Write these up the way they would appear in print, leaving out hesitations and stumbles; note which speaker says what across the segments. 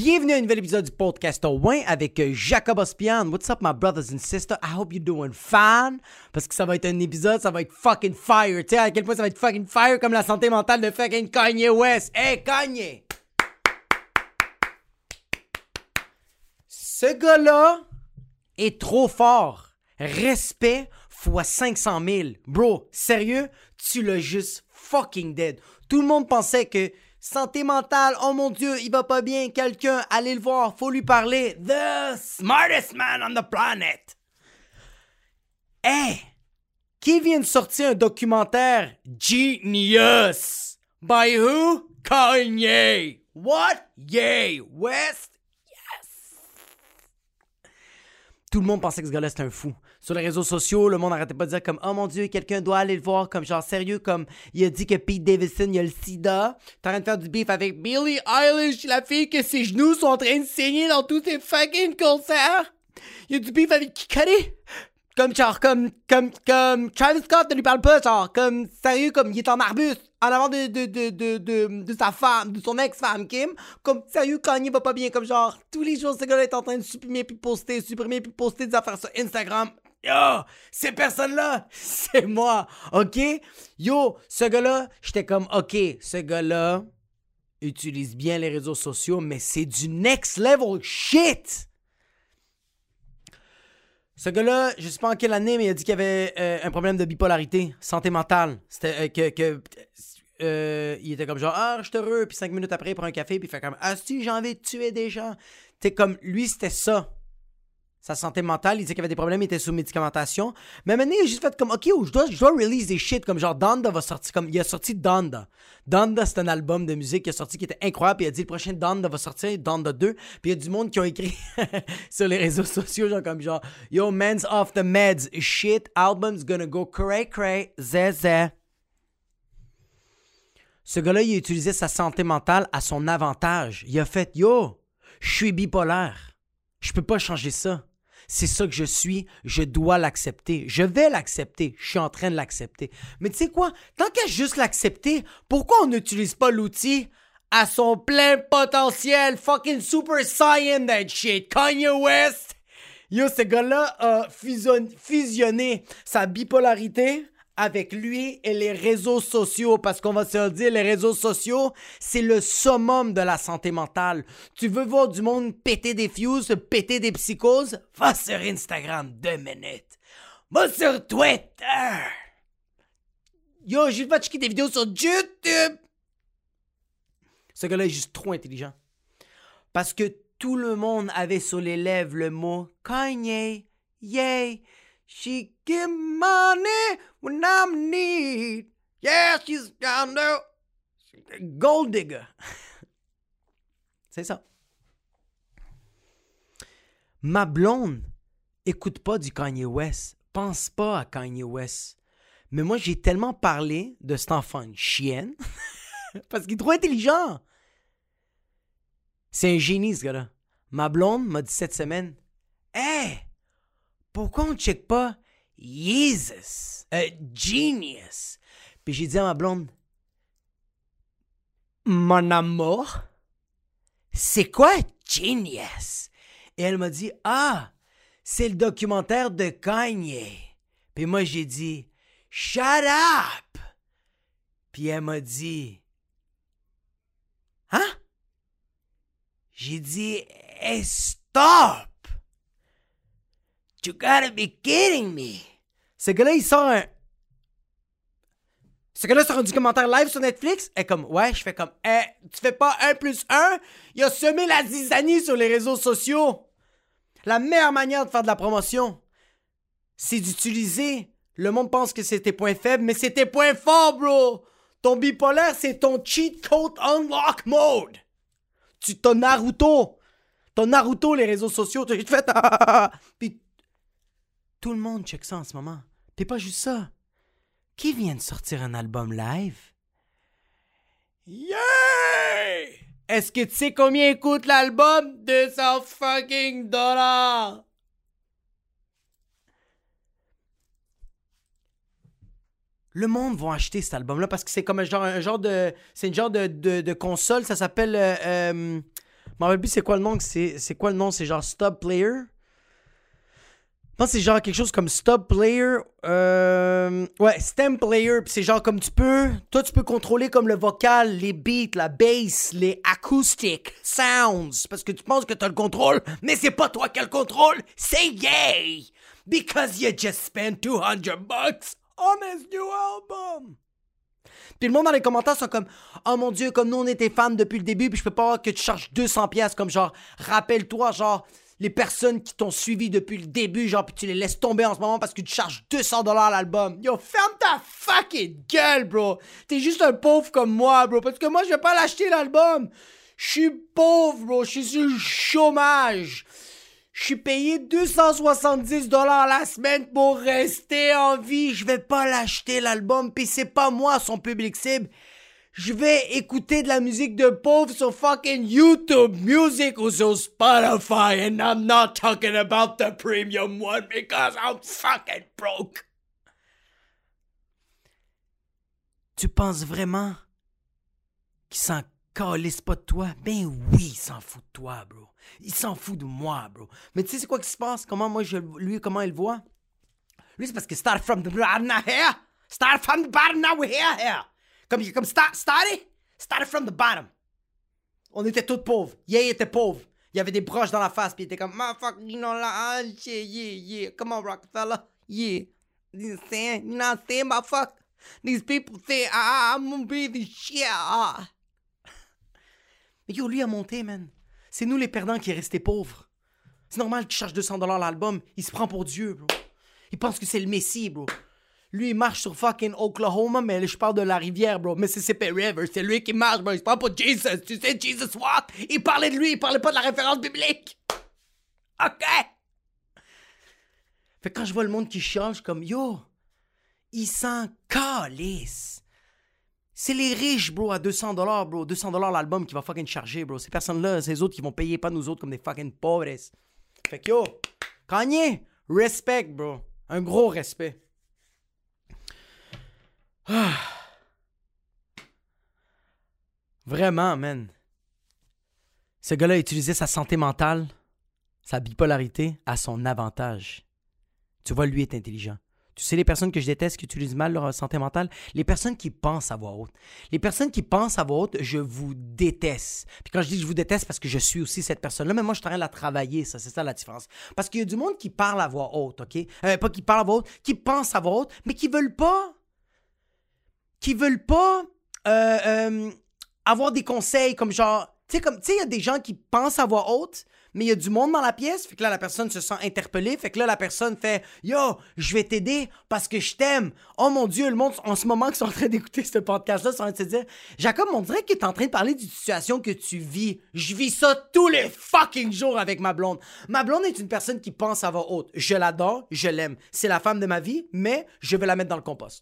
Speaker 1: Bienvenue à un nouvel épisode du podcast au Win avec Jacob Ospian. What's up, my brothers and sisters? I hope you're doing fine. Parce que ça va être un épisode, ça va être fucking fire. Tu sais à quel point ça va être fucking fire comme la santé mentale de fucking Kanye West. Hey, Kanye! Ce gars-là est trop fort. Respect fois 500 000. Bro, sérieux? Tu l'as juste fucking dead. Tout le monde pensait que santé mentale, oh mon Dieu, il va pas bien, quelqu'un, allez le voir, faut lui parler. The smartest man on the planet. Hey, qui vient de sortir un documentaire Genius? By who? Kanye. What? Yay. West? Yes. Tout le monde pensait que ce gars-là c'était un fou. Sur les réseaux sociaux, le monde n'arrêtait pas de dire comme « Oh mon Dieu, quelqu'un doit aller le voir », comme genre sérieux, comme il a dit que Pete Davidson, il a le sida. T'es en train de faire du beef avec Billie Eilish, la fille que ses genoux sont en train de saigner dans tous ses fucking concerts. Il y a du beef avec Kikari. Comme Travis Scott ne lui parle pas, genre, comme, sérieux, comme, il est en arbuste, en avant de sa femme, de son ex-femme, Kim, comme, sérieux, Kanye va pas bien, comme, genre, tous les jours, ce gars-là est en train de supprimer puis poster des affaires sur Instagram. Yo, ces personnes-là, c'est moi, ok? Yo, ce gars-là, j'étais comme, ok, ce gars-là utilise bien les réseaux sociaux, mais c'est du next level shit! Ce gars-là, je sais pas en quelle année, mais il a dit qu'il y avait un problème de bipolarité, santé mentale. C'était il était comme genre, ah, je suis heureux, puis 5 minutes après, il prend un café, puis il fait comme, ah, si, j'ai envie de tuer des gens. Tu sais, comme, lui, c'était ça. Sa santé mentale, il disait qu'il avait des problèmes, il était sous médicamentation. Mais maintenant, il a juste fait comme, ok, je dois release des shit, comme genre Donda va sortir, comme, il a sorti Donda. Donda, c'est un album de musique qui a sorti, qui était incroyable, puis il a dit, le prochain Donda va sortir, Donda 2, puis il y a du monde qui ont écrit sur les réseaux sociaux, genre comme genre, yo, man's off the meds, shit, album's gonna go cray, zé. Ce gars-là, il a utilisé sa santé mentale à son avantage. Il a fait, yo, je suis bipolaire, je peux pas changer ça. C'est ça que je suis, je dois l'accepter. Je vais l'accepter, je suis en train de l'accepter. Mais tu sais quoi? Tant qu'à juste l'accepter, pourquoi on n'utilise pas l'outil à son plein potentiel? Fucking super saiyan that shit. Kanye West! Yo, ce gars-là a fusionné sa bipolarité avec lui et les réseaux sociaux, parce qu'on va se le dire, les réseaux sociaux, c'est le summum de la santé mentale. Tu veux voir du monde péter des fuses, péter des psychoses? Va sur Instagram 2 minutes. Va sur Twitter. Yo, j'ai pas checker des vidéos sur YouTube. Ce gars-là est juste trop intelligent. Parce que tout le monde avait sur les lèvres le mot Kanye, yay. She give money when I'm in need. Yeah, she's down there. Gold digger. C'est ça. Ma blonde écoute pas du Kanye West. Pense pas à Kanye West. Mais moi, j'ai tellement parlé de cet enfant une chienne. Parce qu'il est trop intelligent. C'est un génie, ce gars-là. Ma blonde m'a dit cette semaine, « Hey! Pourquoi on ne check pas Jesus, Genius? » Puis j'ai dit à ma blonde, « Mon amour, c'est quoi Genius? » Et elle m'a dit, « Ah, c'est le documentaire de Kanye. » Puis moi j'ai dit, « Shut up! » Puis elle m'a dit, « Hein? » J'ai dit, « Hey, stop! You gotta be kidding me! » Ce gars-là, il sort un... Ce gars-là sort un documentaire live sur Netflix. Et comme, ouais, je fais comme, tu fais pas 1+1? Il a semé la zizanie sur les réseaux sociaux. La meilleure manière de faire de la promotion, c'est d'utiliser. Le monde pense que c'est tes points faibles, mais c'est tes points forts, bro! Ton bipolaire, c'est ton cheat code unlock mode! Ton Naruto! Ton Naruto, les réseaux sociaux, tu te fais... Puis tout le monde check ça en ce moment. T'es pas juste ça. Qui vient de sortir un album live? Yeah! Est-ce que tu sais combien coûte l'album? 200 fucking $. Le monde va acheter cet album-là parce que c'est comme un genre de... C'est une genre de console, ça s'appelle... Je m'en rappelle plus c'est quoi le nom. C'est quoi le nom? C'est genre Stub Player? Je pense que c'est genre quelque chose comme Stub Player. Ouais, Stem Player. Puis c'est genre comme tu peux contrôler comme le vocal, les beats, la bass, les acoustic sounds. Parce que tu penses que t'as le contrôle, mais c'est pas toi qui as le contrôle, c'est yay! Because you just spent $200 on his new album. Puis le monde dans les commentaires sont comme « Oh mon Dieu, comme nous on était fans depuis le début, puis je peux pas voir que tu charges 200$. » Comme genre, rappelle-toi, genre... Les personnes qui t'ont suivi depuis le début, genre, puis tu les laisses tomber en ce moment parce que tu charges $200 l'album. Yo, ferme ta fucking gueule, bro. T'es juste un pauvre comme moi, bro. Parce que moi, je vais pas l'acheter, l'album. Je suis pauvre, bro. Je suis sur le chômage. Je suis payé $270 la semaine pour rester en vie. Je vais pas l'acheter, l'album. Puis c'est pas moi, son public cible. Je vais écouter de la musique de pauvre sur fucking YouTube Music ou sur Spotify, and I'm not talking about the premium one because I'm fucking broke. Tu penses vraiment qu'il s'en calisse pas de toi? Ben oui, il s'en fout de toi, bro. Il s'en fout de moi, bro. Mais tu sais c'est quoi qui se passe? Comment comment il voit? Lui, c'est parce que start from the bottom here. Start from the bottom, now we're here. Comme started from the bottom. On était tous pauvres. Il était pauvre. Il y avait des broches dans la face, puis il était comme, motherfucker, you know, like, yeah. Come on, Rockefeller. Yeah. You know what I'm saying, motherfucker? These people say, I'm gonna be the shit. Mais yo, lui a monté, man. C'est nous les perdants qui est resté pauvres. C'est normal qu'il charge $200 l'album. Il se prend pour Dieu, bro. Il pense que c'est le Messie, bro. Lui, il marche sur fucking Oklahoma, mais je parle de la rivière, bro. Mississippi River, c'est lui qui marche, bro. Il se prend pour Jesus. Tu sais, Jesus what? Il parlait de lui, il parlait pas de la référence biblique. OK? Fait que quand je vois le monde qui change, comme, yo, ils s'en calissent. C'est les riches, bro, à $200, bro. $200 l'album qui va fucking charger, bro. Ces personnes-là, c'est les autres qui vont payer, pas nous autres comme des fucking pauvres. Fait que, yo, Kanye, respect, bro. Un gros respect. Vraiment, man. Ce gars-là a utilisé sa santé mentale, sa bipolarité, à son avantage. Tu vois, lui est intelligent. Tu sais les personnes que je déteste qui utilisent mal leur santé mentale? Les personnes qui pensent à voix haute. Les personnes qui pensent à voix haute, je vous déteste. Puis quand je dis que je vous déteste, parce que je suis aussi cette personne-là, mais moi, je suis en train de la travailler, ça, c'est ça la différence. Parce qu'il y a du monde qui parle à voix haute, OK? Pas qui parle à voix haute, qui pense à voix haute, mais qui veulent pas avoir des conseils comme genre, tu sais, il y a des gens qui pensent à voix haute, mais il y a du monde dans la pièce, fait que là, la personne se sent interpellée, fait que là, la personne fait « Yo, je vais t'aider parce que je t'aime. » Oh mon Dieu, le monde, en ce moment, qui sont en train d'écouter ce podcast-là, sont en train de se dire « Jacob, on dirait que t'es en train de parler d'une situation que tu vis. Je vis ça tous les fucking jours avec ma blonde. » Ma blonde est une personne qui pense à voix haute. Je l'adore, je l'aime. C'est la femme de ma vie, mais je vais la mettre dans le compost.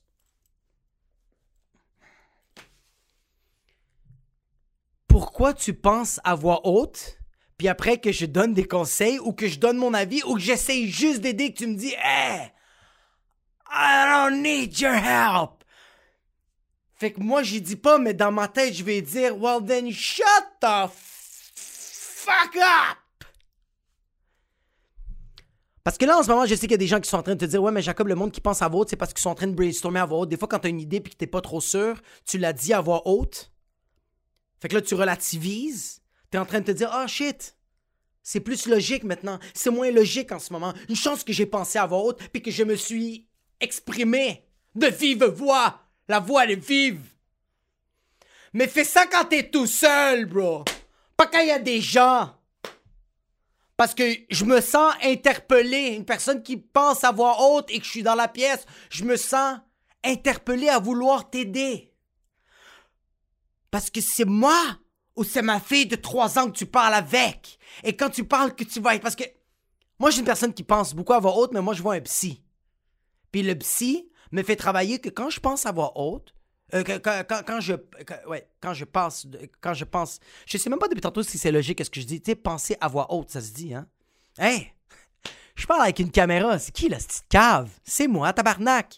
Speaker 1: Pourquoi tu penses à voix haute, puis après que je donne des conseils ou que je donne mon avis ou que j'essaye juste d'aider, que tu me dis « Hey, I don't need your help. » Fait que moi, j'y dis pas, mais dans ma tête, je vais dire « Well then, shut the fuck up. » Parce que là, en ce moment, je sais qu'il y a des gens qui sont en train de te dire « Ouais, mais Jacob, le monde qui pense à voix haute, c'est parce qu'ils sont en train de brainstormer à voix haute. » Des fois, quand t'as une idée puis que t'es pas trop sûr, tu la dis à voix haute. Fait que là, tu relativises. T'es en train de te dire « Oh shit, c'est plus logique maintenant. C'est moins logique en ce moment. Une chance que j'ai pensé à voix haute puis que je me suis exprimé de vive voix. La voix, elle est vive. » Mais fais ça quand t'es tout seul, bro. Pas quand il y a des gens. Parce que je me sens interpellé. Une personne qui pense à voix haute et que je suis dans la pièce, je me sens interpellé à vouloir t'aider. Parce que c'est moi ou c'est ma fille de 3 ans que tu parles avec. Et quand tu parles que tu vas être... Parce que moi, je suis une personne qui pense beaucoup à voix haute, mais moi, je vois un psy. Puis le psy me fait travailler que quand je pense à voix haute, quand je pense... Je sais même pas depuis tantôt si c'est logique ce que je dis. Tu sais, penser à voix haute, ça se dit, hein? Hey! Je parle avec une caméra. C'est qui, la petite cave? C'est moi, tabarnak!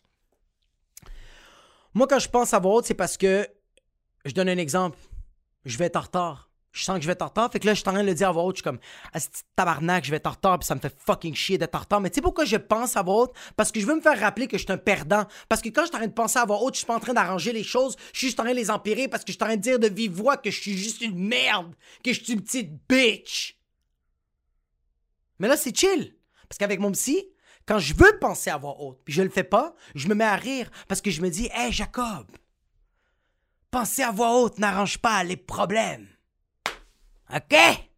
Speaker 1: Moi, quand je pense à voix haute, c'est parce que... Je donne un exemple. Je vais être en retard. Je sens que je vais être en retard. Fait que là, je suis en train de le dire à voix haute. Je suis comme, ah, c'est tabarnak, je vais être en retard. Puis ça me fait fucking chier d'être en retard. Mais tu sais pourquoi je pense à voix haute? Parce que je veux me faire rappeler que je suis un perdant. Parce que quand je suis en train de penser à voix haute, je suis pas en train d'arranger les choses. Je suis juste en train de les empirer parce que je suis en train de dire de vive voix que je suis juste une merde. Que je suis une petite bitch. Mais là, c'est chill. Parce qu'avec mon psy, quand je veux penser à voix haute, puis je le fais pas, je me mets à rire. Parce que je me dis, hey Jacob, penser à voix haute n'arrange pas les problèmes. OK?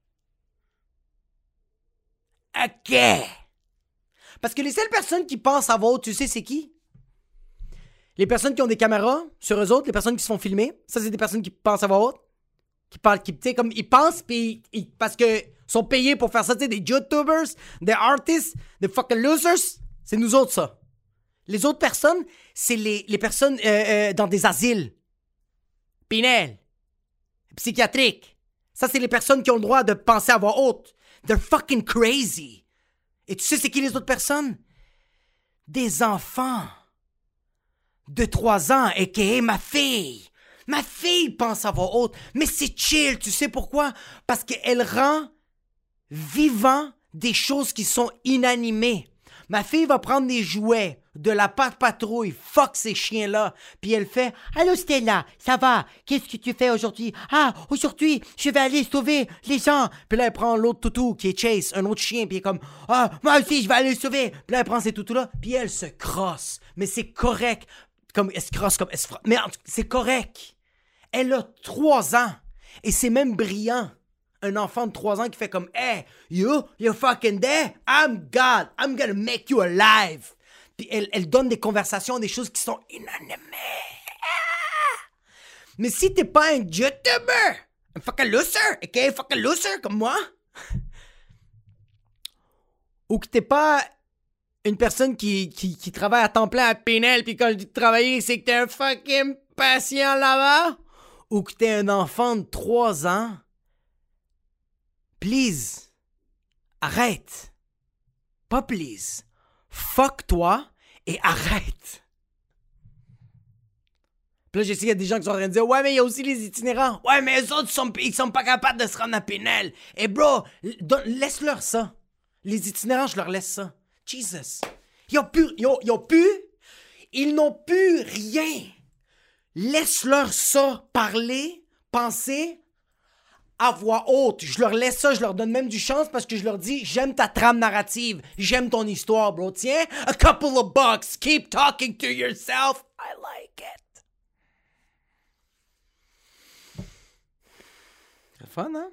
Speaker 1: OK. Parce que les seules personnes qui pensent à voix haute, tu sais, c'est qui? Les personnes qui ont des caméras sur eux autres, les personnes qui se font filmer, ça, c'est des personnes qui pensent à voix haute. Qui parlent, tu sais, comme ils pensent, puis parce que sont payés pour faire ça, tu sais, des YouTubers, des artists, des fucking losers. C'est nous autres, ça. Les autres personnes, c'est les personnes dans des asiles. Pinel. Psychiatriques. Ça, c'est les personnes qui ont le droit de penser à voix haute. They're fucking crazy. Et tu sais c'est qui les autres personnes? Des enfants de 3 ans, a.k.a. ma fille. Ma fille pense à voix haute. Mais c'est chill, tu sais pourquoi? Parce qu'elle rend vivant des choses qui sont inanimées. Ma fille va prendre des jouets, de la pâte patrouille, fuck ces chiens-là. Puis elle fait « Allô Stella, ça va? Qu'est-ce que tu fais aujourd'hui? Ah, aujourd'hui, je vais aller sauver les gens. » Puis là, elle prend l'autre toutou qui est Chase, un autre chien, puis elle est comme « Ah, moi aussi, je vais aller le sauver. » Puis là, elle prend ces toutous-là, puis elle se crosse. Mais c'est correct. Comme elle se crosse, comme elle se frotte. Mais c'est correct. Elle a 3 ans. Et c'est même brillant. Un enfant de 3 ans qui fait comme « Hey, you're fucking there? I'm God. I'm gonna make you alive. » Puis elle donne des conversations, des choses qui sont inanimées. Mais si t'es pas un YouTuber, un fucking loser, aka fucking loser comme moi, ou que t'es pas une personne qui travaille à temps plein à Pinel, puis quand je dis travailler, c'est que t'es un fucking patient là-bas, ou que t'es un enfant de 3 ans, please, arrête. Pas please. Fuck toi et arrête. Puis là, je sais qu'il y a des gens qui sont en train de dire « Ouais, mais il y a aussi les itinérants. Ouais, mais eux autres, ils sont pas capables de se rendre à Pinel. Et bro, laisse-leur ça. Les itinérants, je leur laisse ça. Jesus. Ils n'ont plus rien. Laisse-leur ça parler, penser à voix haute. Je leur laisse ça, je leur donne même du chance parce que je leur dis, j'aime ta trame narrative, j'aime ton histoire, bro. Tiens, a couple of bucks, keep talking to yourself. I like it. C'est fun, hein?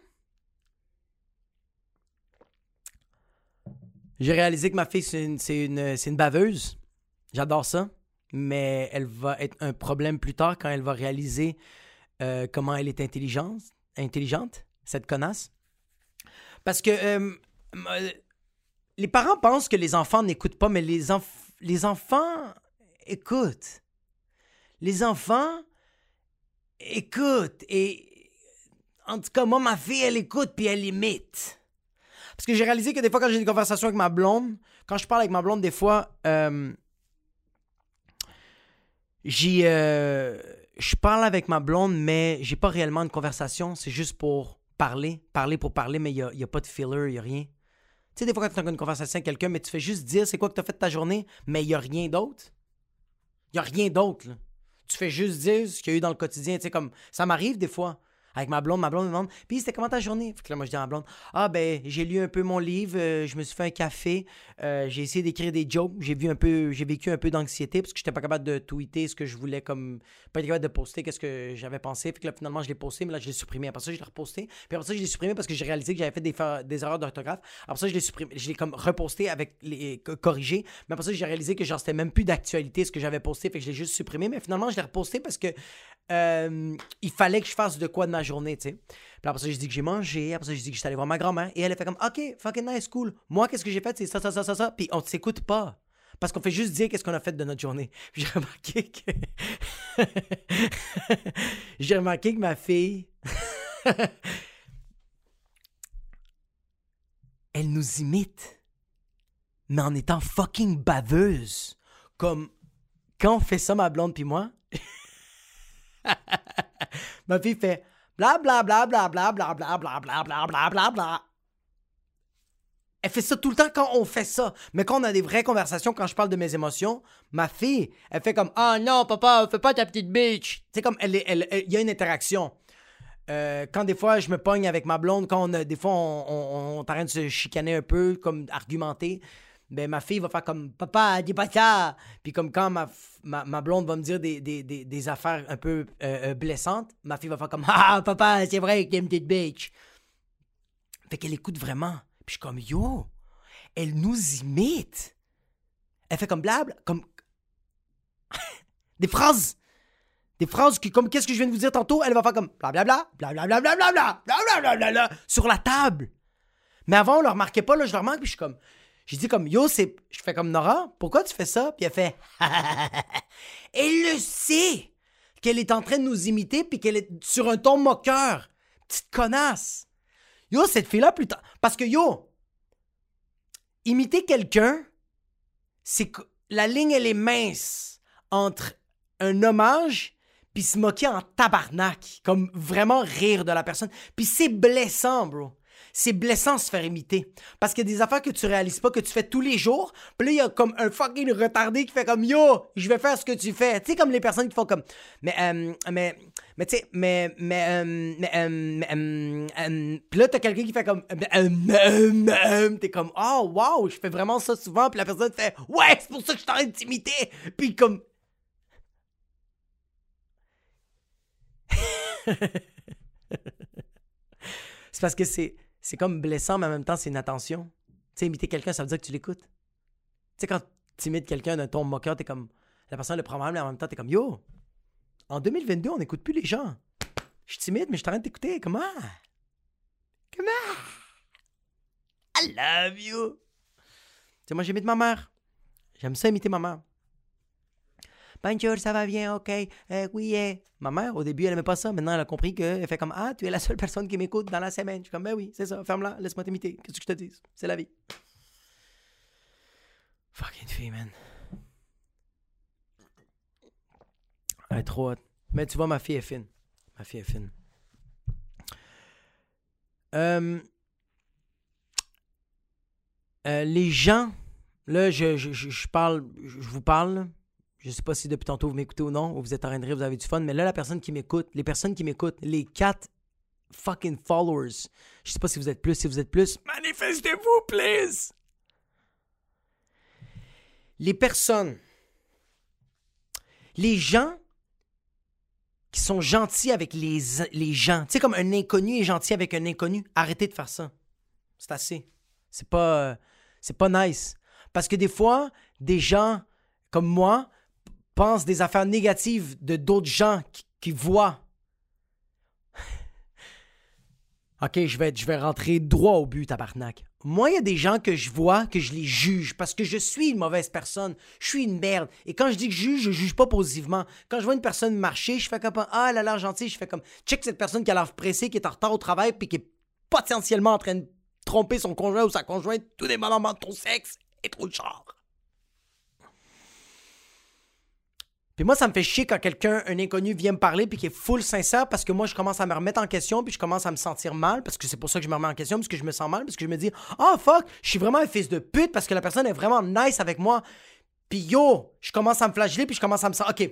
Speaker 1: J'ai réalisé que ma fille, c'est une baveuse. J'adore ça. Mais elle va être un problème plus tard quand elle va réaliser comment elle est intelligente, cette connasse. Parce que les parents pensent que les enfants n'écoutent pas, mais les enfants écoutent. Les enfants écoutent. Et en tout cas, moi, ma fille, elle écoute puis elle imite. Parce que j'ai réalisé que des fois, quand j'ai des conversations avec ma blonde, quand je parle avec ma blonde, des fois, je parle avec ma blonde, mais j'ai pas réellement une conversation. C'est juste pour parler pour parler, mais il y a pas de filler, il y a rien. Tu sais, des fois, quand tu as une conversation avec quelqu'un, mais tu fais juste dire c'est quoi que tu as fait de ta journée, mais il y a rien d'autre. Il y a rien d'autre, là. Tu fais juste dire ce qu'il y a eu dans le quotidien. Tu sais, comme ça m'arrive des fois. Avec ma blonde me demande « Puis, c'était comment ta journée? » Fait que là, moi, je dis à ma blonde « Ah, ben, j'ai lu un peu mon livre, je me suis fait un café, j'ai essayé d'écrire des jokes, j'ai vécu un peu d'anxiété parce que j'étais pas capable de tweeter ce que je voulais, comme, pas capable de poster qu'est-ce que j'avais pensé. Fait que là, finalement, je l'ai posté, mais là, je l'ai supprimé. Après ça, je l'ai reposté. Puis après ça, je l'ai supprimé parce que j'ai réalisé que j'avais fait des erreurs d'orthographe. Après ça, je l'ai supprimé, je l'ai comme reposté avec les corrigé. Mais après ça, j'ai réalisé que genre, c'était même plus d'actualité ce que j'avais posté, fait que je l'ai juste supprimé. Mais finalement, je l'ai reposté parce que il fallait que je fasse de quoi de ma journée, tu sais. Puis après ça, j'ai dit que j'ai mangé. Après ça, j'ai dit que j'étais allé voir ma grand-mère. Et elle a fait comme, OK, fucking nice, cool. Moi, qu'est-ce que j'ai fait? C'est ça. Puis on ne s'écoute pas. Parce qu'on fait juste dire qu'est-ce qu'on a fait de notre journée. Puis j'ai remarqué que... j'ai remarqué que ma fille... elle nous imite. Mais en étant fucking baveuse. Comme quand on fait ça, ma blonde puis moi... ma fille fait Bla bla bla bla bla bla bla bla bla bla bla bla bla. Elle fait ça tout le temps quand on fait ça. Mais quand on a des vraies conversations, quand je parle de mes émotions, ma fille, elle fait comme « Ah non, papa, fais pas ta petite bitch. » Tu sais, comme il y a une interaction. Quand des fois, je me pogne avec ma blonde, quand des fois, on est en train de se chicaner un peu, comme argumenter, ben ma fille va faire comme « Papa, dis pas ça. » Puis comme quand ma blonde va me dire des affaires un peu blessantes, ma fille va faire comme « Ah, papa, c'est vrai que t'es une petite bitch. » Fait qu'elle écoute vraiment. Puis je suis comme, yo, elle nous imite. Elle fait comme blabla, comme des phrases qui, comme qu'est-ce que je viens de vous dire tantôt, elle va faire comme blablabla, blablabla, blablabla, blablabla, sur la table. Mais avant, on le remarquait pas, là, je le remarque, puis j'ai dit comme, yo, je fais comme Nora, pourquoi tu fais ça? Puis elle fait, elle le sait qu'elle est en train de nous imiter, puis qu'elle est sur un ton moqueur. Petite connasse. Yo, cette fille-là, plus tard. Parce que, yo, imiter quelqu'un, c'est que la ligne, elle est mince entre un hommage puis se moquer en tabarnak. Comme vraiment rire de la personne. Puis c'est blessant, bro. C'est blessant se faire imiter. Parce qu'il y a des affaires que tu réalises pas, que tu fais tous les jours. Puis là, il y a comme un fucking retardé qui fait comme « Yo, je vais faire ce que tu fais. » Tu sais, comme les personnes qui font comme « Mais tu sais, puis là, t'as quelqu'un qui fait comme t'es comme « Oh, wow, je fais vraiment ça souvent. » Puis la personne fait « Ouais, c'est pour ça que je suis en train de t'imiter. » Puis comme... c'est parce que c'est comme blessant, mais en même temps, c'est une attention. Tu sais, imiter quelqu'un, ça veut dire que tu l'écoutes. Tu sais, quand tu imites quelqu'un d'un ton moqueur, t'es comme... La personne le prend mal, mais en même temps, t'es comme « Yo, en 2022, on n'écoute plus les gens. Je suis timide, mais je suis en train de t'écouter. Comment? I love you. » Tu sais, moi, j'imite ma mère. J'aime ça imiter ma mère. Bonjour, ça va bien, ok. Oui, ma mère, au début, elle n'aimait pas ça. Maintenant, elle a compris qu'elle fait comme « Ah, tu es la seule personne qui m'écoute dans la semaine. » Je suis comme « Ben oui, c'est ça, ferme-la, laisse-moi t'imiter. Qu'est-ce que je te dis? C'est la vie. » Fucking fille, man. Elle est trop hot. Mais tu vois, ma fille est fine. Ma fille est fine. Les gens, là, je parle, je vous parle. Je sais pas si depuis tantôt vous m'écoutez ou non, ou vous êtes en train de rire, vous avez du fun, mais là, la personne qui m'écoute, les personnes qui m'écoutent, les 4 fucking followers, je sais pas si vous êtes plus, manifestez-vous, please! Les personnes, les gens qui sont gentils avec les gens, tu sais, comme un inconnu est gentil avec un inconnu, arrêtez de faire ça. C'est assez. C'est pas nice. Parce que des fois, des gens comme moi pensent des affaires négatives de d'autres gens qui voient. OK, je vais rentrer droit au but, tabarnak. Moi, il y a des gens que je vois, que je les juge, parce que je suis une mauvaise personne. Je suis une merde. Et quand je dis que je juge pas positivement. Quand je vois une personne marcher, je fais comme « Ah, elle a l'air gentille. » Je fais comme « Check cette personne qui a l'air pressée, qui est en retard au travail, puis qui est potentiellement en train de tromper son conjoint ou sa conjointe, tout dépendamment de ton sexe, et trop de genre. » Puis moi, ça me fait chier quand quelqu'un, un inconnu, vient me parler puis qui est full sincère parce que moi, je commence à me remettre en question puis je commence à me sentir mal parce que c'est pour ça que je me remets en question parce que je me sens mal parce que je me dis « Ah, fuck, je suis vraiment un fils de pute parce que la personne est vraiment nice avec moi. » Puis yo, je commence à me flageller puis je commence à me sentir « OK. »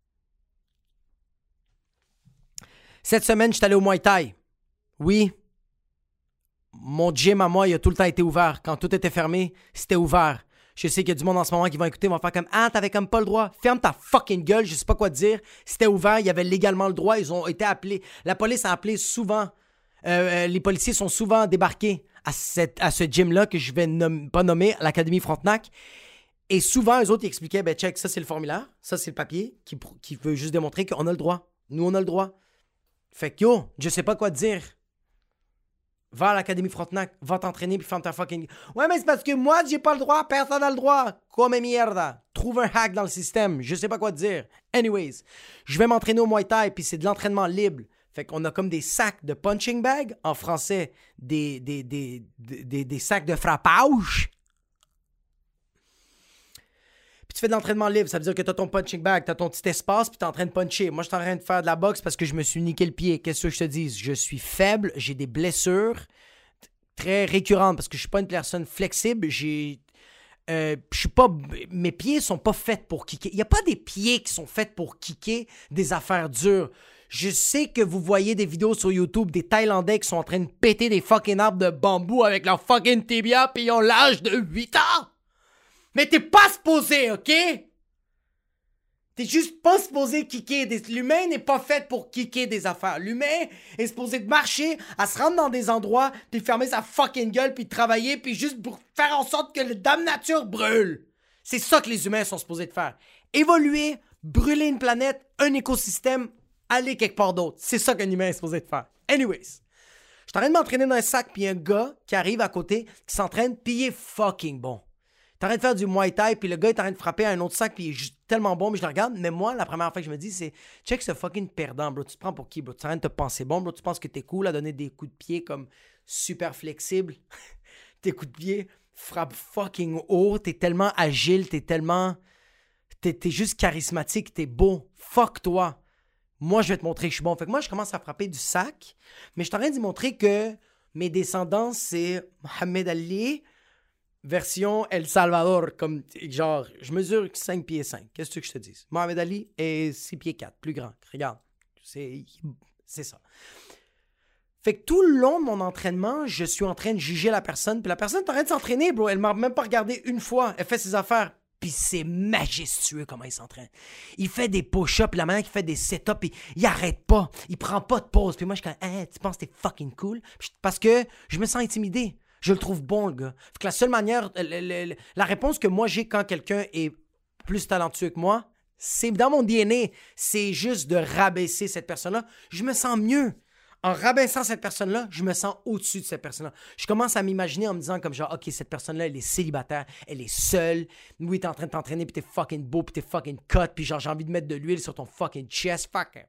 Speaker 1: Cette semaine, je suis allé au Muay Thai. Oui. Mon gym à moi, il a tout le temps été ouvert. Quand tout était fermé, c'était ouvert. Je sais qu'il y a du monde en ce moment qui va écouter, vont faire comme « Ah, t'avais comme pas le droit. Ferme ta fucking gueule, je sais pas quoi te dire. » C'était ouvert, il y avait légalement le droit. Ils ont été appelés. La police a appelé souvent. Les policiers sont souvent débarqués à ce gym-là que je vais pas nommer, l'Académie Frontenac. Et souvent, eux autres, ils expliquaient « Ben check, ça c'est le formulaire. Ça c'est le papier qui veut juste démontrer qu'on a le droit. Nous, on a le droit. » Fait que yo, je sais pas quoi te dire. Va à l'Académie Frontenac, va t'entraîner puis ferme ta fucking... Ouais, mais c'est parce que moi, j'ai pas le droit, personne n'a le droit. Come mierda. Trouve un hack dans le système, je sais pas quoi te dire. Anyways, je vais m'entraîner au Muay Thai puis c'est de l'entraînement libre. Fait qu'on a comme des sacs de punching bag, en français, des sacs de frappage. Puis tu tu fais de l'entraînement libre, ça veut dire que t'as ton punching bag, t'as ton petit espace, puis t'es en train de puncher. Moi, je suis en train de faire de la boxe parce que je me suis niqué le pied. Qu'est-ce que je te dis? Je suis faible, j'ai des blessures très récurrentes parce que je suis pas une personne flexible. Je suis pas... Mes pieds sont pas faits pour kicker. Il y a pas des pieds qui sont faits pour kicker des affaires dures. Je sais que vous voyez des vidéos sur YouTube des Thaïlandais qui sont en train de péter des fucking arbres de bambou avec leur fucking tibia pis ils ont l'âge de 8 ans. Mais t'es pas supposé, OK? T'es juste pas supposé kicker. L'humain n'est pas fait pour kicker des affaires. L'humain est supposé de marcher, à se rendre dans des endroits, puis fermer sa fucking gueule, puis travailler, puis juste pour faire en sorte que le dame nature brûle. C'est ça que les humains sont supposés de faire. Évoluer, brûler une planète, un écosystème, aller quelque part d'autre. C'est ça qu'un humain est supposé de faire. Anyways, je suis en train de m'entraîner dans un sac, puis un gars qui arrive à côté, qui s'entraîne, puis il est fucking bon. T'es en train de faire du Muay Thai, puis le gars est en train de frapper à un autre sac, puis il est juste tellement bon, mais je le regarde. Mais moi, la première fois que je me dis, c'est check ce fucking perdant, bro. Tu te prends pour qui, bro? Tu es en train de te penser bon, bro. Tu penses que t'es cool à donner des coups de pied comme super flexibles. Tes coups de pied frappent fucking haut. T'es tellement agile, t'es juste charismatique, t'es beau. Fuck toi. Moi, je vais te montrer que je suis bon. Fait que moi, je commence à frapper du sac, mais je suis en train d'y montrer que mes descendants, c'est Mohamed Ali, version El Salvador, comme genre, je mesure 5 pieds 5. Qu'est-ce que tu veux que je te dise? Mohamed Ali est 6 pieds 4, plus grand. Regarde, c'est ça. Fait que tout le long de mon entraînement, je suis en train de juger la personne, puis la personne est en train de s'entraîner, bro. Elle m'a même pas regardé une fois. Elle fait ses affaires. Puis c'est majestueux comment il s'entraîne. Il fait des push-ups, la manière qu'il fait des set-ups, il arrête pas. Il prend pas de pause. Puis moi, je suis comme, hey, tu penses que t'es fucking cool? Parce que je me sens intimidé. Je le trouve bon, le gars. Fait que la seule manière, la réponse que moi j'ai quand quelqu'un est plus talentueux que moi, c'est dans mon DNA. C'est juste de rabaisser cette personne-là. Je me sens mieux. En rabaissant cette personne-là, je me sens au-dessus de cette personne-là. Je commence à m'imaginer en me disant comme genre, OK, cette personne-là, elle est célibataire, elle est seule. Oui, t'es en train de t'entraîner, puis t'es fucking beau, puis t'es fucking cut, puis genre, j'ai envie de mettre de l'huile sur ton fucking chest, fucking...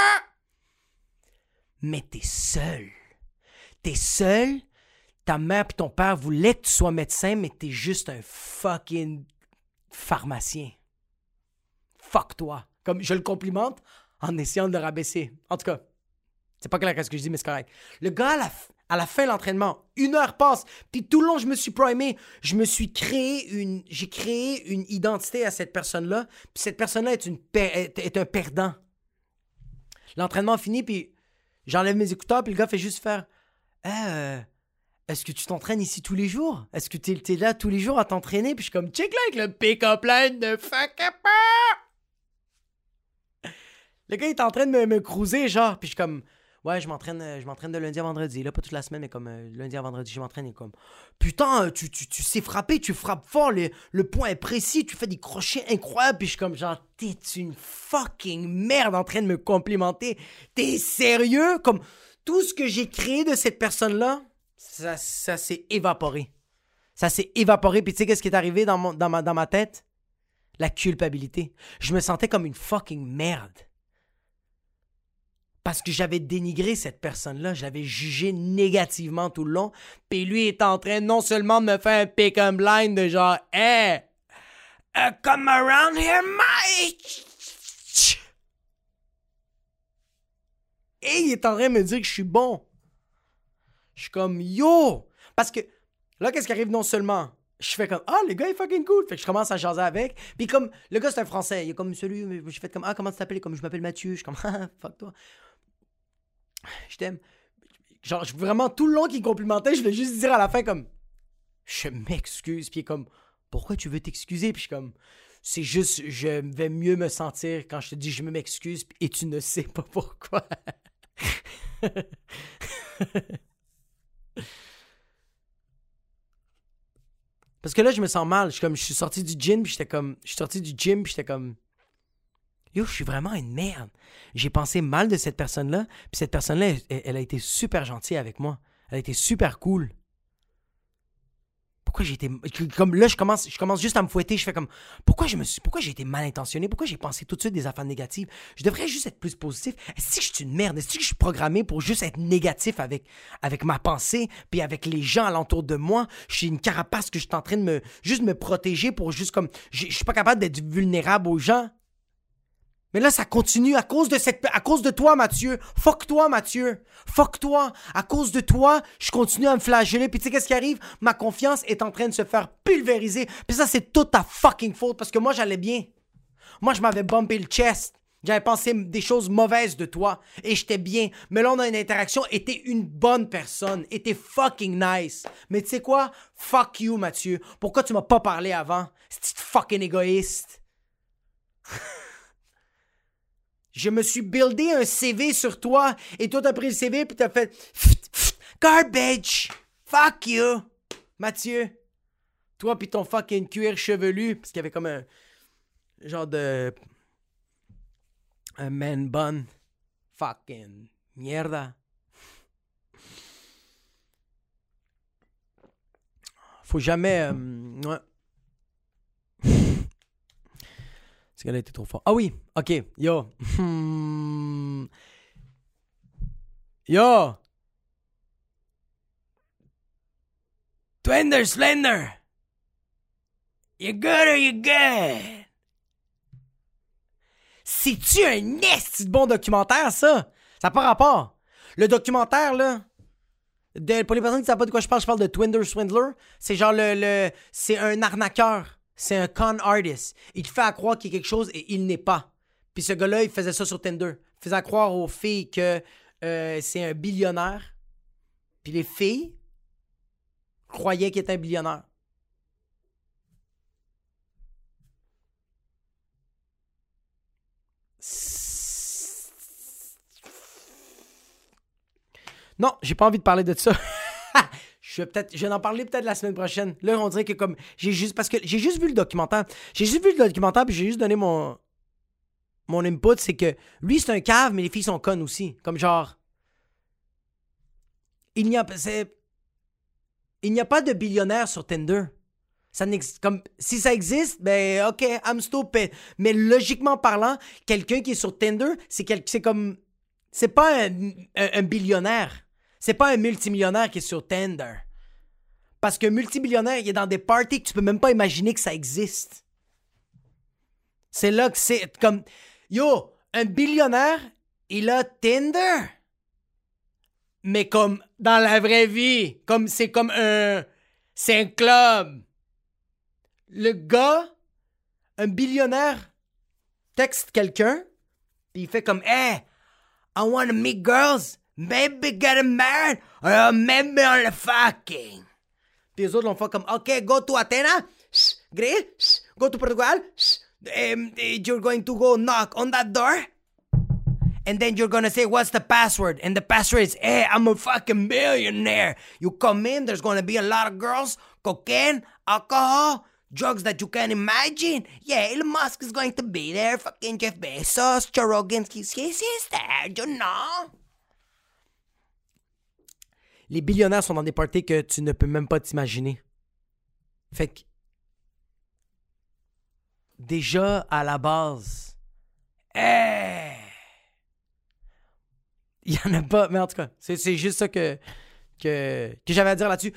Speaker 1: Mais t'es seul. T'es seul, ta mère puis ton père voulaient que tu sois médecin, mais t'es juste un fucking pharmacien. Fuck toi. Comme je le complimente en essayant de le rabaisser. En tout cas, c'est pas clair ce que je dis, mais c'est correct. Le gars, à la fin de l'entraînement, 1 heure passe, puis tout le long, je me suis primé. J'ai créé une identité à cette personne-là, puis cette personne-là est un perdant. L'entraînement finit, puis j'enlève mes écouteurs, puis le gars fait juste faire est-ce que tu t'entraînes ici tous les jours? Est-ce que t'es là tous les jours à t'entraîner? Puis je suis comme, check là avec le pick-up line de fuck up. Le gars, il est en train de me cruiser, genre. Puis je suis comme, ouais, je m'entraîne de lundi à vendredi. Là, pas toute la semaine, mais comme lundi à vendredi, je m'entraîne. Et comme, putain, tu sais frapper, tu frappes fort, le point est précis, tu fais des crochets incroyables. Puis je suis comme, genre, t'es une fucking merde en train de me complimenter. T'es sérieux? Comme, tout ce que j'ai créé de cette personne-là, ça s'est évaporé. Ça s'est évaporé. Puis tu sais qu'est-ce qui est arrivé dans ma tête? La culpabilité. Je me sentais comme une fucking merde. Parce que j'avais dénigré cette personne-là. Je l'avais jugé négativement tout le long. Puis lui est en train non seulement de me faire un pick-up line de genre « Hey, come around here, mate! » Et il est en train de me dire que je suis bon. Je suis comme, yo! Parce que là, qu'est-ce qui arrive non seulement? Je fais comme, le gars est fucking cool. Fait que je commence à jaser avec. Puis comme, le gars c'est un Français. Il est comme celui, je fais comme, comment tu t'appelles? Comme, je m'appelle Mathieu. Je suis comme, fuck toi. Je t'aime. Genre, vraiment, tout le long qu'il complimentait, je voulais juste dire à la fin comme, je m'excuse. Puis il est comme, pourquoi tu veux t'excuser? Puis je suis comme, c'est juste, je vais mieux me sentir quand je te dis je m'excuse et tu ne sais pas pourquoi. Parce que là, je me sens mal. Je suis sorti du gym, puis j'étais comme, yo, je suis vraiment une merde. J'ai pensé mal de cette personne-là, puis cette personne-là, elle a été super gentille avec moi. Elle a été super cool. Pourquoi j'ai été... Comme là, je commence juste à me fouetter. Je fais comme... Pourquoi j'ai été mal intentionné? Pourquoi j'ai pensé tout de suite des affaires négatives? Je devrais juste être plus positif. Est-ce que je suis une merde? Est-ce que je suis programmé pour juste être négatif avec ma pensée puis avec les gens alentour de moi? Je suis une carapace que je suis en train de me protéger pour juste comme... Je suis pas capable d'être vulnérable aux gens. Mais là, ça continue à cause de toi, Mathieu. Fuck toi, Mathieu. Fuck toi. À cause de toi, je continue à me flageller. Puis tu sais qu'est-ce qui arrive? Ma confiance est en train de se faire pulvériser. Puis ça, c'est toute ta fucking faute parce que moi, j'allais bien. Moi, je m'avais bumpé le chest. J'avais pensé des choses mauvaises de toi et j'étais bien. Mais là, on a une interaction et t'es une bonne personne et t'es fucking nice. Mais tu sais quoi? Fuck you, Mathieu. Pourquoi tu m'as pas parlé avant? C'est fucking égoïste. Je me suis buildé un CV sur toi et toi t'as pris le CV puis t'as fait garbage. Fuck you, Mathieu. Toi puis ton fucking cuir chevelu parce qu'il y avait comme un genre de un man bun. Fucking mierda. Faut jamais ouais. Ce gars-là était trop fort. Ah oui, ok, yo. Yo. Twender Slender. You good or you good? C'est-tu un esti de bon documentaire, ça? Ça n'a pas rapport. Le documentaire, là, pour les personnes qui ne savent pas de quoi je parle de Twender Swindler. C'est genre c'est un arnaqueur. C'est un con artist. Il te fait croire qu'il y a quelque chose et il n'est pas. Puis ce gars-là, il faisait ça sur Tinder. Il faisait croire aux filles que c'est un billionnaire. Puis les filles croyaient qu'il était un billionnaire. Non, j'ai pas envie de parler de ça. Je vais en parler peut-être la semaine prochaine. Là, on dirait que comme... Parce que j'ai juste vu le documentaire. J'ai juste vu le documentaire puis j'ai juste donné mon input. C'est que lui, c'est un cave, mais les filles sont connes aussi. Comme genre... Il n'y a pas de billionnaire sur Tinder. Ça n'existe... Comme, si ça existe, ben OK, I'm stupid. Mais logiquement parlant, quelqu'un qui est sur Tinder, c'est comme... C'est pas un billionnaire. C'est pas un multimillionnaire qui est sur Tinder. Parce qu'un multimillionnaire, il est dans des parties que tu peux même pas imaginer que ça existe. C'est là que c'est comme... Yo, un billionnaire, il a Tinder. Mais comme dans la vraie vie. C'est un club. Le gars, un billionnaire, texte quelqu'un, puis il fait comme... Hey, I want to meet girls. Maybe get married, or maybe on the fucking. Puis les autres l'ont fait comme, OK, go to Athena, Greece, go to Portugal, you're going to go knock on that door, and then you're gonna say, what's the password? And the password is, hey, I'm a fucking millionaire. You come in, there's gonna be a lot of girls, cocaine, alcohol, drugs that you can't imagine. Yeah, Elon Musk is going to be there, fucking Jeff Bezos, Joe Rogan, he's there, you know. Les billionnaires sont dans des parties que tu ne peux même pas t'imaginer. Fait que... Déjà, à la base... Il y en a pas... Mais en tout cas, c'est juste ça que j'avais à dire là-dessus.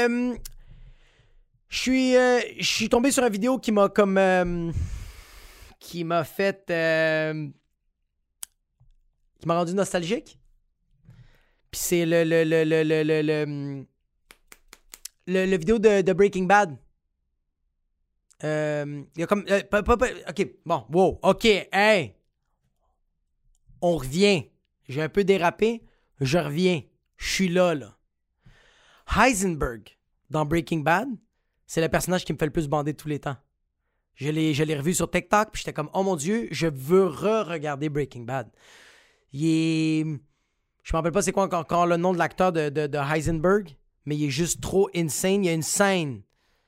Speaker 1: Je suis tombé sur une vidéo qui m'a comme... qui m'a fait... qui m'a rendu nostalgique. Puis c'est le vidéo de Breaking Bad. Il y a comme... OK, bon, wow, OK, hey. On revient. J'ai un peu dérapé. Je reviens. Je suis là. Heisenberg, dans Breaking Bad, c'est le personnage qui me fait le plus bander de tous les temps. Je l'ai revu sur TikTok, puis j'étais comme, oh mon Dieu, je veux re-regarder Breaking Bad. Il est... Je me rappelle pas c'est quoi encore le nom de l'acteur de Heisenberg, mais il est juste trop insane. Il y a une scène.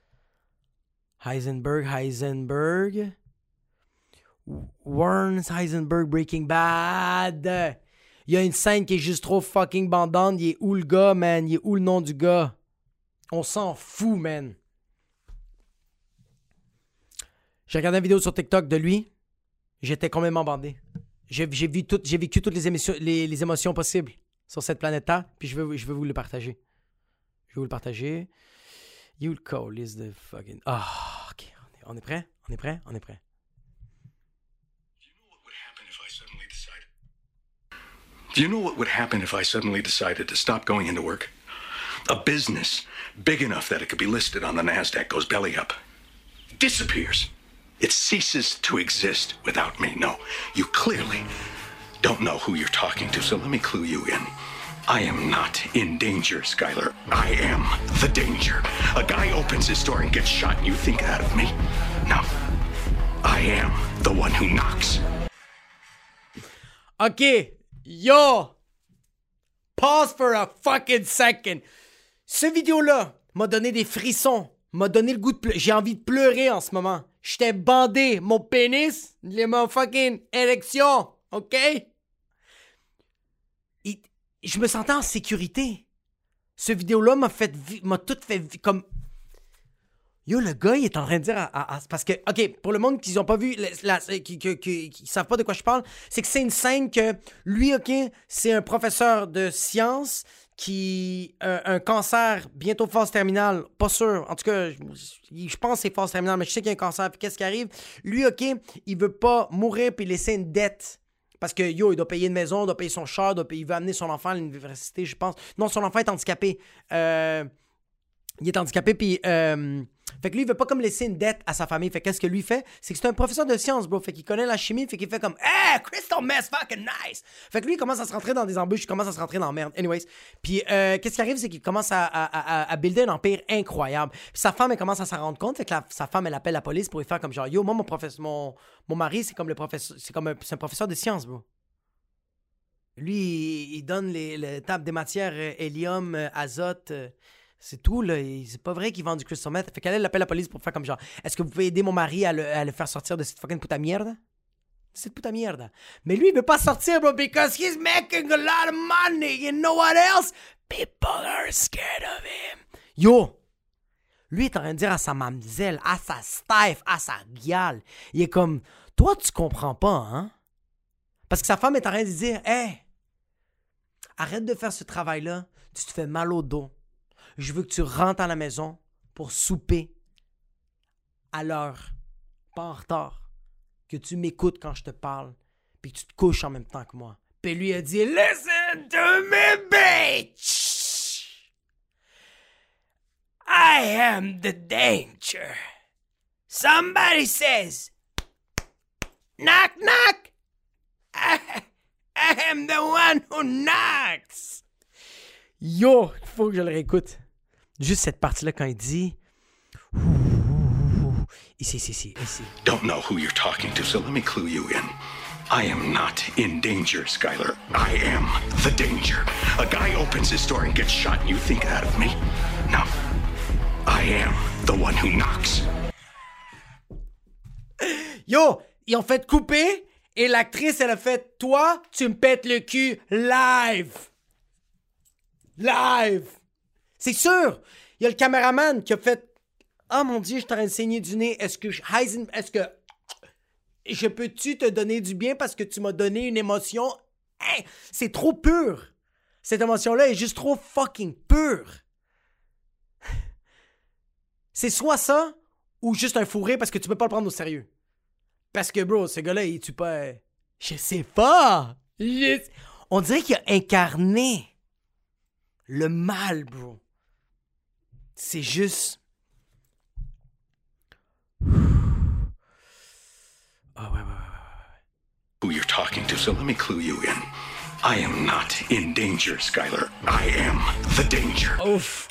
Speaker 1: Heisenberg. Warren Heisenberg, Breaking Bad. Il y a une scène qui est juste trop fucking bandante. Il est où le gars, man? Il est où le nom du gars? On s'en fout, man. J'ai regardé une vidéo sur TikTok de lui. J'étais complètement bandé. J'ai vécu toutes les émotions possibles sur cette planète-là, puis je veux vous le partager. Je vais vous le partager. You'll call is the fucking... Ah, OK. On est prêt? On est prêt? On est prêt.
Speaker 2: Do you know what would happen if I suddenly decided to stop going into work? A business big enough that it could be listed on the NASDAQ goes belly up. Disappears. It ceases to exist without me. No, you clearly don't know who you're talking to, so let me clue you in. I am not in danger, Skylar. I am the danger. A guy opens his door and gets shot, and you think that of me? No. I am the one who knocks.
Speaker 1: OK. Yo! Pause for a fucking second. Ce vidéo-là m'a donné des frissons. M'a donné le goût de pleurer. J'ai envie de pleurer en ce moment. J'étais bandé. Mon pénis, mon fucking érection. OK? Je me sentais en sécurité. Ce vidéo-là m'a tout fait comme... Yo, le gars, il est en train de dire parce que, OK, pour le monde qui n'ont pas vu, qui savent pas de quoi je parle, c'est que c'est une scène que lui, OK, c'est un professeur de sciences qui a un cancer, bientôt phase terminale, pas sûr, en tout cas, je pense que c'est phase terminale, mais je sais qu'il y a un cancer, puis qu'est-ce qui arrive? Lui, OK, il veut pas mourir puis laisser une dette. Parce que, yo, il doit payer une maison, il doit payer son char, il veut amener son enfant à l'université, je pense. Non, son enfant est handicapé. Il est handicapé, puis... fait que lui, il veut pas comme laisser une dette à sa famille. Fait qu'est-ce que lui fait? C'est que c'est un professeur de sciences, bro. Fait qu'il connaît la chimie, fait qu'il fait comme « Hey, crystal mess, fucking nice! » Fait que lui, il commence à se rentrer dans des embûches, il commence à se rentrer dans la merde. Anyways. Puis qu'est-ce qui arrive, c'est qu'il commence à builder un empire incroyable. Puis sa femme, elle commence à s'en rendre compte. Fait que sa femme, elle appelle la police pour lui faire comme genre « Yo, moi, mon mari, c'est comme le professeur... C'est un professeur de sciences, bro. » Lui, il donne le table des matières hélium, azote... c'est tout, là. C'est pas vrai qu'il vend du crystal meth. Fait qu'elle appelle la police pour faire comme genre, est-ce que vous pouvez aider mon mari à le faire sortir de cette fucking puta mierda? Cette puta mierda. Mais lui, il veut pas sortir, bro, because he's making a lot of money. You know what else? People are scared of him. Yo! Lui, il est en train de dire à sa mamzelle, à sa staff, à sa gueule. Il est comme, toi, tu comprends pas, hein? Parce que sa femme est en train de dire, hey, arrête de faire ce travail-là. Tu te fais mal au dos. Je veux que tu rentres à la maison pour souper à l'heure, pas en retard. Que tu m'écoutes quand je te parle, puis que tu te couches en même temps que moi. Puis lui a dit, listen to me, bitch! I am the danger. Somebody says, knock, knock. I am the one who knocks. Yo, il faut que je le réécoute. Juste cette partie-là quand il dit... Ici.
Speaker 2: Don't know who you're talking to, so let me clue you in. I am not in danger, Skylar. I am the danger. A guy opens his door and gets shot, and you think that of me? No. I am the one who knocks.
Speaker 1: Yo, ils ont fait couper, et l'actrice, elle a fait, toi, tu me pètes le cul live. Live! C'est sûr! Il y a le caméraman qui a fait « Ah, mon Dieu, je t'aurais saigné du nez. Est-ce que je peux-tu te donner du bien parce que tu m'as donné une émotion? Hein? C'est trop pur! Cette émotion-là est juste trop fucking pure! C'est soit ça, ou juste un fourré parce que tu peux pas le prendre au sérieux. Parce que, bro, ce gars-là, il tue pas... Je sais pas! On dirait qu'il a incarné... le mal, bro. C'est juste... Ah ouais.
Speaker 2: Who you're talking to, so let me clue you in. I am not in danger, Skylar. I am the danger.
Speaker 1: Ouf.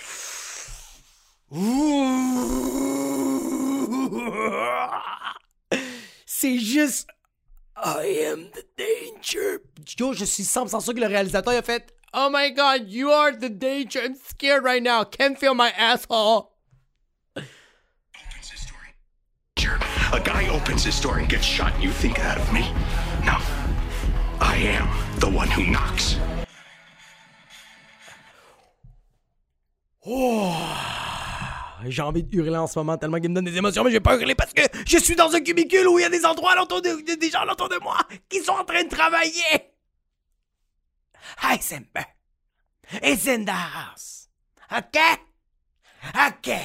Speaker 1: C'est juste... I am the danger. Yo, je suis 100% sûr que le réalisateur il a fait... Oh my God, you are the danger. I'm scared right now. Can't feel my asshole.
Speaker 2: A guy opens his door and gets shot, and you think that of me? No. I am the one who knocks.
Speaker 1: Oh. j'ai envie de hurler en ce moment tellement qu'il me donne des émotions, mais je vais pas hurler parce que je suis dans un cubicule où il y a des endroits des gens autour de moi qui sont en train de travailler. Heisenberg is in the house. OK? OK.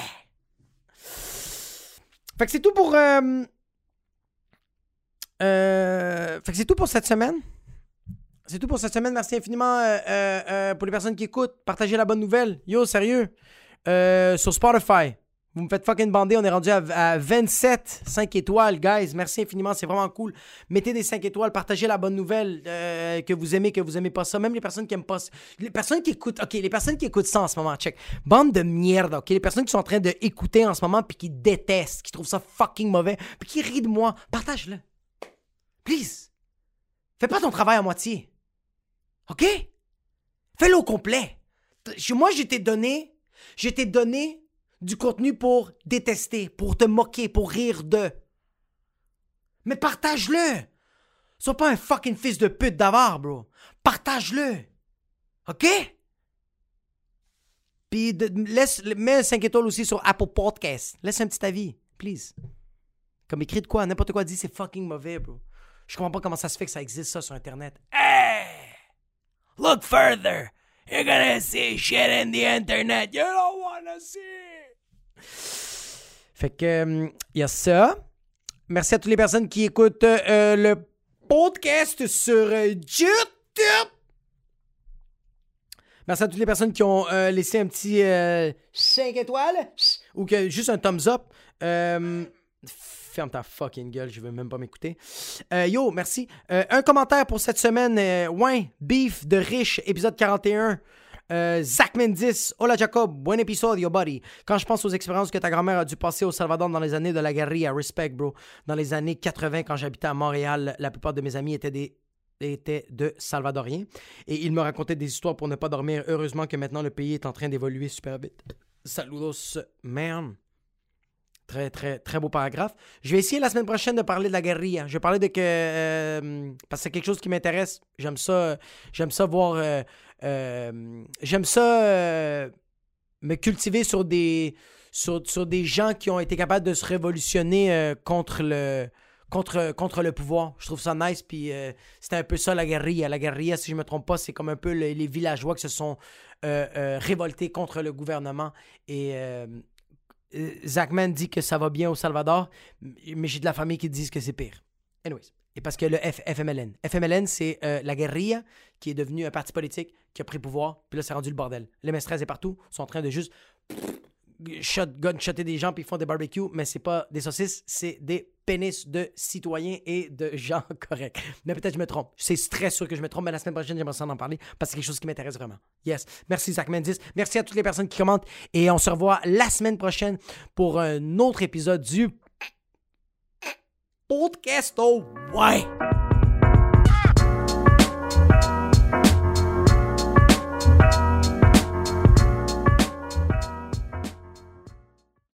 Speaker 1: Fait que c'est tout pour... Fait que c'est tout pour cette semaine. C'est tout pour cette semaine. Merci infiniment pour les personnes qui écoutent. Partagez la bonne nouvelle. Yo, sérieux. Sur Spotify. Vous me faites fucking bander. On est rendu à 27 5 étoiles, guys. Merci infiniment. C'est vraiment cool. Mettez des 5 étoiles. Partagez la bonne nouvelle que vous aimez pas ça. Même les personnes qui aiment pas ça. Les personnes qui écoutent... OK, les personnes qui écoutent ça en ce moment, check. Bande de merde, OK? Les personnes qui sont en train d'écouter en ce moment puis qui détestent, qui trouvent ça fucking mauvais puis qui rient de moi. Partage-le. Please. Fais pas ton travail à moitié. OK? Fais-le au complet. Moi, je t'ai donné du contenu pour détester, pour te moquer, pour rire de. Mais partage-le. Sois pas un fucking fils de pute d'avare, bro. Partage-le. OK? Puis mets 5 étoiles aussi sur Apple Podcast. Laisse un petit avis, please. Comme écrit de quoi, n'importe quoi dit, c'est fucking mauvais, bro. Je comprends pas comment ça se fait que ça existe, ça, sur Internet. Hey! Look further. You're gonna see shit in the Internet you don't wanna see. Fait que, y a ça. Merci à toutes les personnes qui écoutent le podcast sur YouTube. Merci à toutes les personnes qui ont laissé un petit 5 étoiles ou juste un thumbs up. Ferme ta fucking gueule, je veux même pas m'écouter. Yo, merci. Un commentaire pour cette semaine. Beef de Rich, épisode 41. Zach Mendis, hola Jacob, buen episodio, buddy. Quand je pense aux expériences que ta grand-mère a dû passer au Salvador dans les années de la guérilla, respect, bro. Dans les années 80, quand j'habitais à Montréal, la plupart de mes amis étaient de Salvadoriens. Et ils me racontaient des histoires pour ne pas dormir. Heureusement que maintenant, le pays est en train d'évoluer super vite. Saludos, man. Très, très, très beau paragraphe. Je vais essayer la semaine prochaine de parler de la guérilla. Je vais parler de que... parce que c'est quelque chose qui m'intéresse. J'aime ça voir... j'aime ça me cultiver sur des gens qui ont été capables de se révolutionner contre le pouvoir. Je trouve ça nice, puis c'était un peu ça la guérilla. La guérilla, si je me trompe pas, c'est comme un peu les villageois qui se sont révoltés contre le gouvernement. Et Zachman dit que ça va bien au Salvador, mais j'ai de la famille qui disent que c'est pire. Anyways. Et parce que le FMLN, c'est la guérilla qui est devenue un parti politique qui a pris pouvoir, puis là, c'est rendu le bordel. Les M13 est partout, sont en train de juste shotter des gens, puis ils font des barbecues, mais c'est pas des saucisses, c'est des pénis de citoyens et de gens corrects. Mais peut-être que je me trompe. C'est très sûr que je me trompe, mais la semaine prochaine, j'aimerais ça en parler, parce que c'est quelque chose qui m'intéresse vraiment. Yes. Merci, Zach Mendis. Merci à toutes les personnes qui commentent, et on se revoit la semaine prochaine pour un autre épisode du podcast. Oh, ouais!